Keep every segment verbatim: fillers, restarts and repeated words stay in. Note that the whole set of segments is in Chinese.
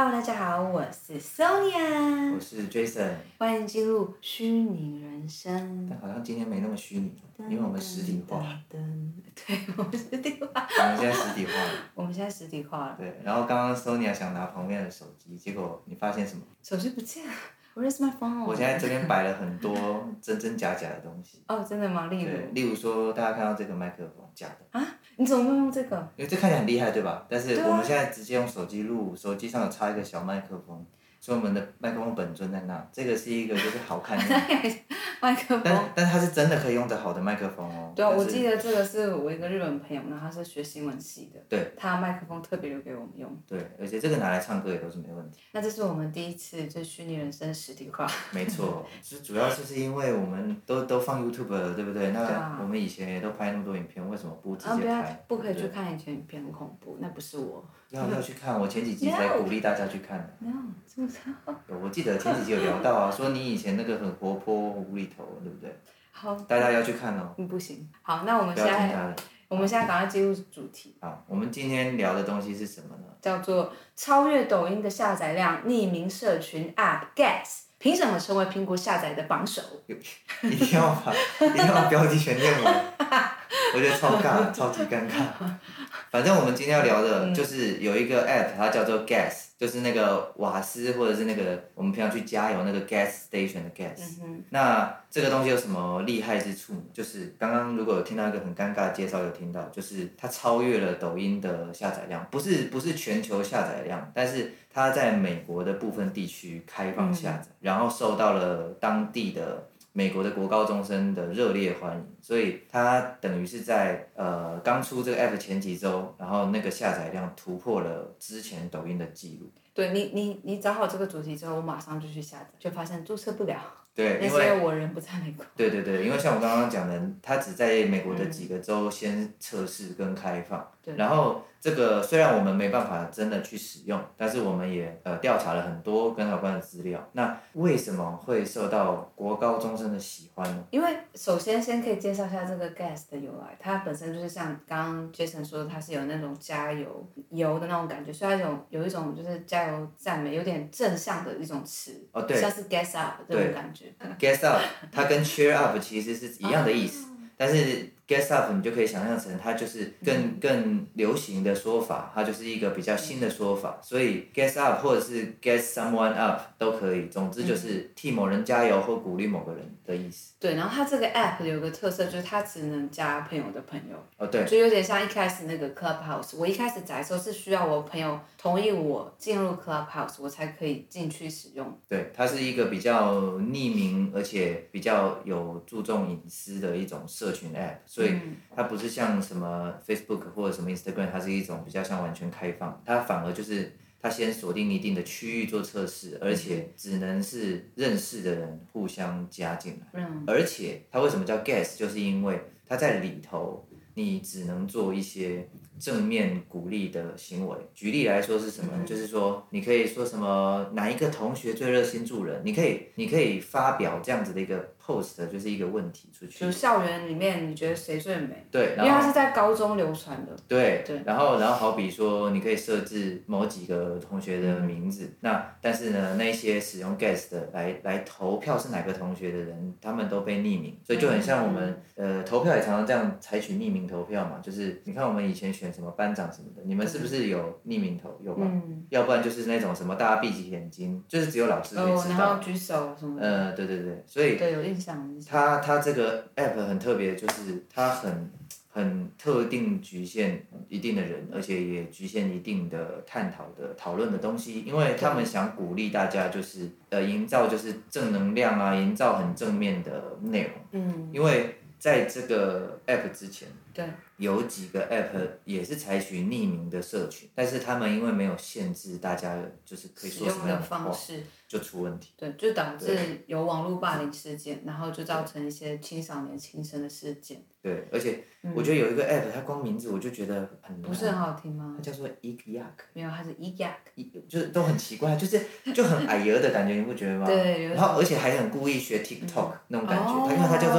Hello， 大家好，我是 Sonia， 我是 Jason， 欢迎进入虚拟人生。 但好像今天没那么虚拟，因为我们实体化。 噔噔噔对，我们实体化。 我们现在实体化了。 我们现在实体化了。 对，然后刚刚 Sonia 想拿旁边的手机，结果你发现什么？ 手机不见了。Where's my phone？ 我现在这边摆了很多真真假假的东西。 哦，真的吗？例如？ 对，例如说大家看到这个麦克风，假的。 啊？你怎么会用这个？ 因为这看起来很厉害，对吧？但是对啊我们现在直接用手机录，手机上有插一个小麦克风，所以我们的麦克风本尊在那。这个是一个就是好看的。 麦克风。 但但它是真的可以用着好的麦克风哦。 对啊， 但是我记得这个是我一个日本朋友，然后他是学新闻系的。 对。 他的麦克风特别留给我们用。 对，而且这个拿来唱歌也都是没问题。 那这是我们第一次就是虚拟人生实体化。 没错，就主要就是因为我们都都放 YouTube 了，对不对？ 对那啊我们以前也都拍那么多影片，为什么不直啊，不要接拍？ 不可以去对看以前影片，很恐怖，那不是我。 要要去看，我前几集才鼓励大家去看的。 No， 这么惨。 有我记得前几集有聊到啊，说你以前那个很活泼无厘头，对不对？ 好。 大家要去看哦。 嗯，不行。好，那我们不现在要听他的。 我们现在赶快进入主题， 好，我们今天聊的东西是什么呢？ 叫做超越抖音的下载量，匿名社群 App Gas， 凭什么成为苹果下载的榜首？ 一定要把一定要把标题全念完，我觉得超尬，超级尴尬。反正我们今天要聊的就是有一个 app， 它叫做 Gas， 就是那个瓦斯或者是那个我们平常去加油那个 gas station 的 gas。嗯、那这个东西有什么厉害之处呢？就是刚刚如果有听到一个很尴尬的介绍，有听到就是它超越了抖音的下载量，不是不是全球下载量，但是它在美国的部分地区开放下载，嗯、然后受到了当地的美国的国高中生的热烈欢迎，所以它等于是在呃刚出这个 app 前几周，然后那个下载量突破了之前抖音的记录。 对你你你找好这个主题之后，我马上就去下载，就发现注册不了。 对， 因为我人不在美国。 对对对，因为像我刚刚讲的，它只在美国的几个州先测试跟开放，嗯、然后这个虽然我们没办法真的去使用，但是我们也呃调查了很多跟有关的资料。那为什么会受到国高中生的喜欢呢？ 因为首先先可以介绍一下这个 gas 的由来，它本身就是像刚刚 Jason 说的，它是有那种加油油的那种感觉，所以它有有一种就是加油赞美，有点正向的一种词， 哦对， 像是 gas up 这种感觉。 gas up 它跟 cheer up 其实是一样的意思，但是 gas up 你就可以想象成它就是更更流行的说法，它就是一个比较新的说法，所以 gas up 或者是 gas someone up 都可以，总之就是替某人加油或鼓励某个人的意思。 对，然后它这个 app 有个特色，就是它只能加朋友的朋友。 哦，对。 就有点像一开始那个 Clubhouse， 我一开始载的时候是需要我朋友同意我进入 Clubhouse， 我才可以进去使用。 对，它是一个比较匿名而且比较有注重隐私的一种社群 app， 所以它不是像什么 Facebook 或者什么 Instagram， 它是一种比较像完全开放，它反而就是它先锁定一定的区域做测试，而且只能是认识的人互相加进来。嗯。而且它为什么叫 gas， 就是因为它在里头你只能做一些正面鼓励的行为。举例来说是什么？嗯、就是说你可以说什么哪一个同学最热心助人，你可以你可以发表这样子的一个 post， 就是一个问题出去。 就校园里面你觉得谁最美？ 对， 因为它是在高中流传的。 对对。 然后然后好比说你可以设置某几个同学的名字，嗯、那但是呢那些使用 gas 的来来投票是哪个同学的人，他们都被匿名，所以就很像我们、嗯、呃投票也常常这样采取匿名投票嘛，就是你看我们以前选什么班长什么的，你们是不是有匿名投？有吧？嗯、要不然就是那种什么大家闭起眼睛，就是只有老师可以知道， 哦、然后举手什么的。 呃，对对对，所以对有印象。 它它这个 app 很特别，就是它很很特定局限一定的人，而且也局限一定的探讨的讨论的东西，因为他们想鼓励大家就是呃营造就是正能量啊，营造很正面的内容。嗯，因为在这个 app 之前， 对， 有几个 app 也是采取匿名的社群，但是他们因为没有限制大家就是可以说什么样的话，就出问题。 对，就导致有网络霸凌事件，然后就造成一些青少年轻生的事件。 对，而且我觉得有一个 app， 它光名字我就觉得很不是很好听吗？ 它叫做 Igyak， 没有，它是 Igyak， 就是都很奇怪，就是就很矮油的感觉，你不觉得吗？ 对。 然后而且还很故意学 TikTok、嗯、那种感觉，它、嗯、因为它叫做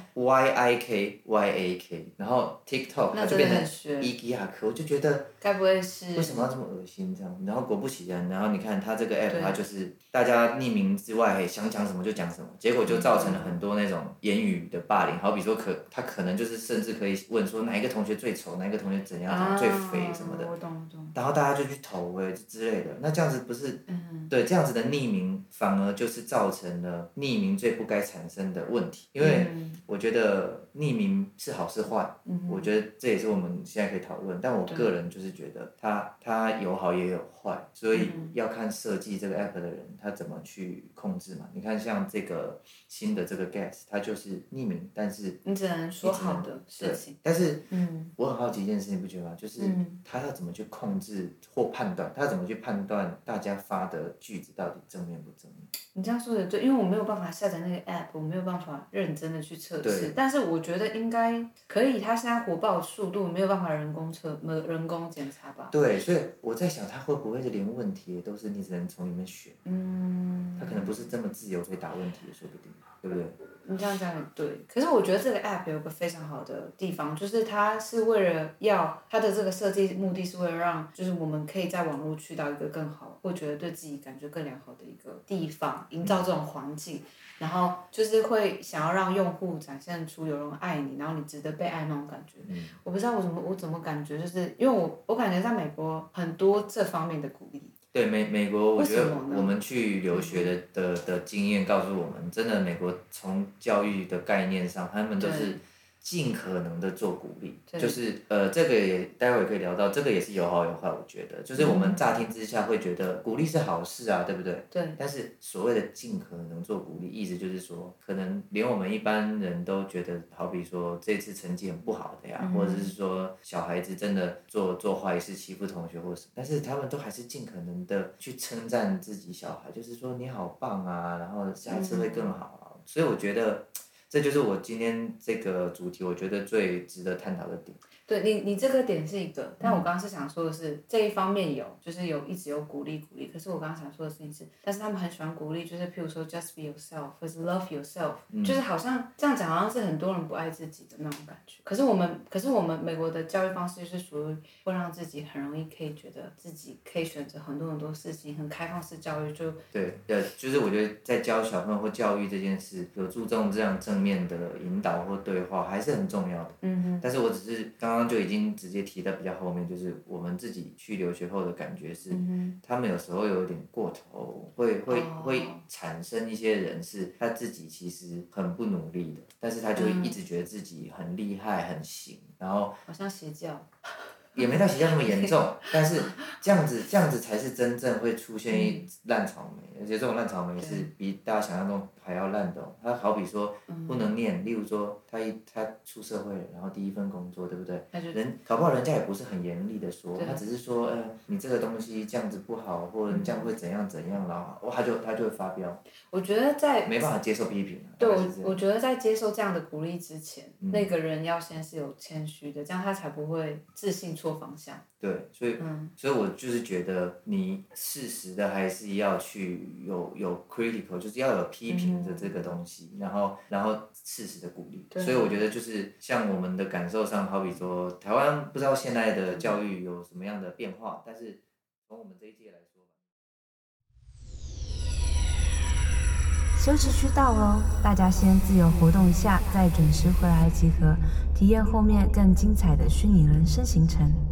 Y I K Y A K， 然后 TikTok 它就变成伊基亚克，我就觉得该不会是为什么要这么恶心这样？然后果不其然，然后你看它这个 app 它就是大家匿名之外想讲什么就讲什么，结果就造成了很多那种言语的霸凌，好比说可他可能就是甚至可以问说哪一个同学最丑，哪一个同学怎样、啊、最肥什么的， 我懂我懂。 然后大家就去投哎之类的，那这样子不是、嗯、对这样子的匿名反而就是造成了匿名最不该产生的问题，因为我觉得匿名是好是坏、嗯，我觉得这也是我们现在可以讨论，但我个人就是觉得它它有好也有坏，所以要看设计这个 app 的人他怎么去控制嘛。你看像这个新的这个 Guess， 它就是匿名，但是你只能说好的事情， 但是嗯，我很好奇一件事，你不觉得吗？就是他要怎么去控制或判断，他要怎么去判断大家发的句子到底正面不正面？ 你这样说的对，因为我没有办法下载那个 app， 我没有办法认真的去测试，但是我觉得应该可以。它现在火爆速度没有办法人工测，人工检查吧？ 对，所以我在想，它会不会是连问题都是你只能从里面选？嗯，它可能不是这么自由可以打问题的，说不定，对不对？ 你这样讲也对，可是我觉得这个 app 有个非常好的地方，就是它是为了要它的这个设计目的是为了让，就是我们可以在网络去到一个更好，或觉得对自己感觉更良好的一个地方，营造这种环境，然后就是会想要让用户展现出有人爱你，然后你值得被爱那种感觉。嗯、我不知道我怎么我怎么感觉，就是因为我我感觉在美国很多这方面的鼓励。 对美美国，我觉得我们去留学的的的经验告诉我们，真的美国从教育的概念上，他们都是尽可能的做鼓励，就是呃这个也待会也可以聊到，这个也是有好有坏，我觉得，就是我们乍听之下会觉得鼓励是好事啊，对不对？ 对。 但是所谓的尽可能做鼓励，意思就是说，可能连我们一般人都觉得，好比说这次成绩很不好的呀，嗯、或者是说小孩子真的做做坏事欺负同学或什么，但是他们都还是尽可能的去称赞自己小孩，就是说你好棒啊，然后下一次会更好啊，嗯、所以我觉得。这就是我今天这个主题，我觉得最值得探讨的点。 对你，你这个点是一个，但我刚刚是想说的是、嗯、这一方面有，就是有一直有鼓励鼓励。可是我刚刚想说的事情是，但是他们很喜欢鼓励，就是譬如说 just be yourself， 或是 love yourself，、嗯、就是好像这样讲，好像是很多人不爱自己的那种感觉。可是我们，可是我们美国的教育方式就是属于会让自己很容易可以觉得自己可以选择很多很多事情，很开放式教育就。 对，呃，就是我觉得在教小朋友或教育这件事，有注重这样正面的引导或对话，还是很重要的。嗯哼。但是我只是刚刚就已经直接提到比较后面，就是我们自己去留学后的感觉是，嗯、他们有时候有点过头，会会、哦、会产生一些人是他自己其实很不努力的，但是他就一直觉得自己很厉害、很行，然后好像邪教。 也没到邪教那么严重，但是这样子这样子才是真正会出现一烂草莓，而且这种烂草莓是比大家想象中还要烂的、哦。他好比说不能念，例如说他一他出社会了，然后第一份工作，对不对？人搞不好人家也不是很严厉的说，他只是说，呃，你这个东西这样子不好，或者你这样会怎样怎样，然后哇他就他就会发飙。 我觉得在没办法接受批评、啊。 对，我我觉得在接受这样的鼓励之前，嗯、那个人要先是有谦虚的，这样他才不会自信错方向。 对，所以，嗯、所以我就是觉得你适时的还是要去有有 critical， 就是要有批评的这个东西，嗯、然后然后适时的鼓励。所以我觉得就是像我们的感受上，好比说台湾不知道现在的教育有什么样的变化，但是从我们这一届来说。 休息区到喽，大家先自由活动一下，再准时回来集合，体验后面更精彩的虚拟人生行程。